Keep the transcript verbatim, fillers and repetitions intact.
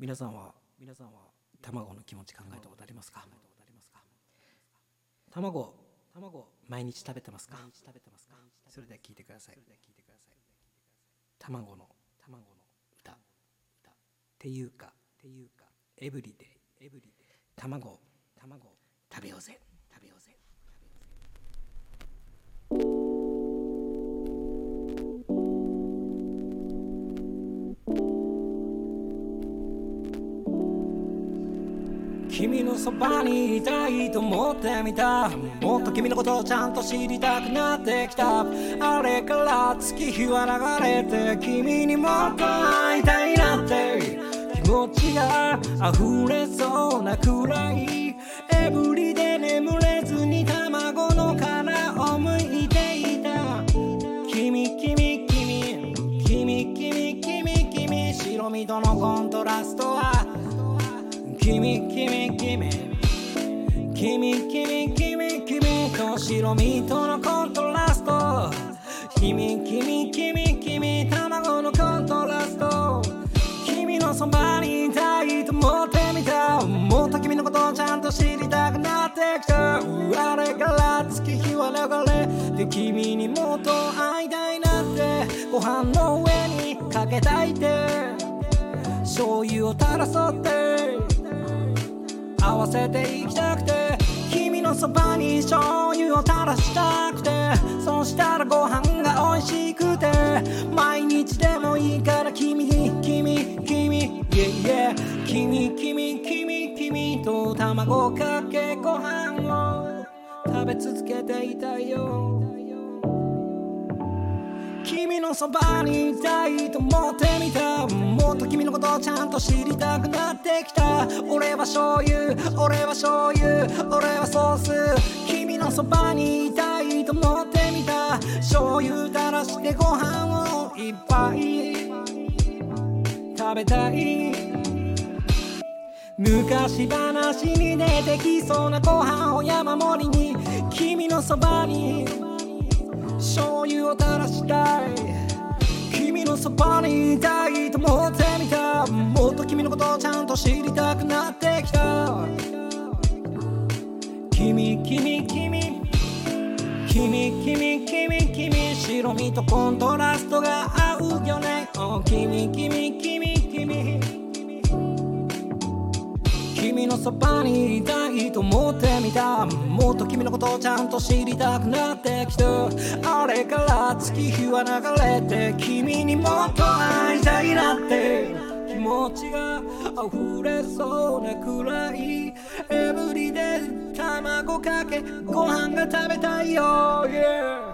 皆さんは皆さんは卵の気持ち考えたことありますか？卵卵毎日食べてますか？それでは聞いてください。卵の卵の歌っていうかっていうかエブリデイエブリデイ卵卵食べようぜ食べようぜ。君のそばにいたいと思ってみた。もっと君のことをちゃんと知りたくなってきた。あれから月日は流れて君にもっと会いたいなって気持ちが溢れそうなくらいエブリで眠れずに卵の殻を剥いていた。君君君君君君君白身とのコントラストは君君君君君君君と白身とのコントラスト君君君君卵のコントラスト君のそばにいたいと思ってみた。もっと君のことをちゃんと知りたくなってきた。あれから月日は流れで君にもっと会いたいなってご飯の上にかけたいて醤油を垂らそうって合わせていきたくて君のそばに醤油を垂らしたくてそしたらご飯が美味しくて毎日でもいいから君に君君 yeah, yeah 君君君君と卵かけご飯を食べ続けていたいよ。君のそばにいたいと思ってみた。もっと君のことをちゃんと知りたくなってきた。俺は醤油俺は醤油俺はソース君のそばにいたいと思ってみた。醤油垂らしてご飯をいっぱい食べたい。昔話に出てきそうなご飯を山盛りに君のそばに醤油を垂らしたい。君のそばにいたいと思ってみた。もっと君のことをちゃんと知りたくなってきた。君君君君君君君白身とコントラストが合うよね。oh, 君君君君君のそばにいたいと思ってみた。もっと君のことをちゃんと知りたくなってきた。あれから月日は流れて君にもっと会いたいなって気持ちが溢れそうなくらいエブリで卵かけご飯が食べたいよ、yeah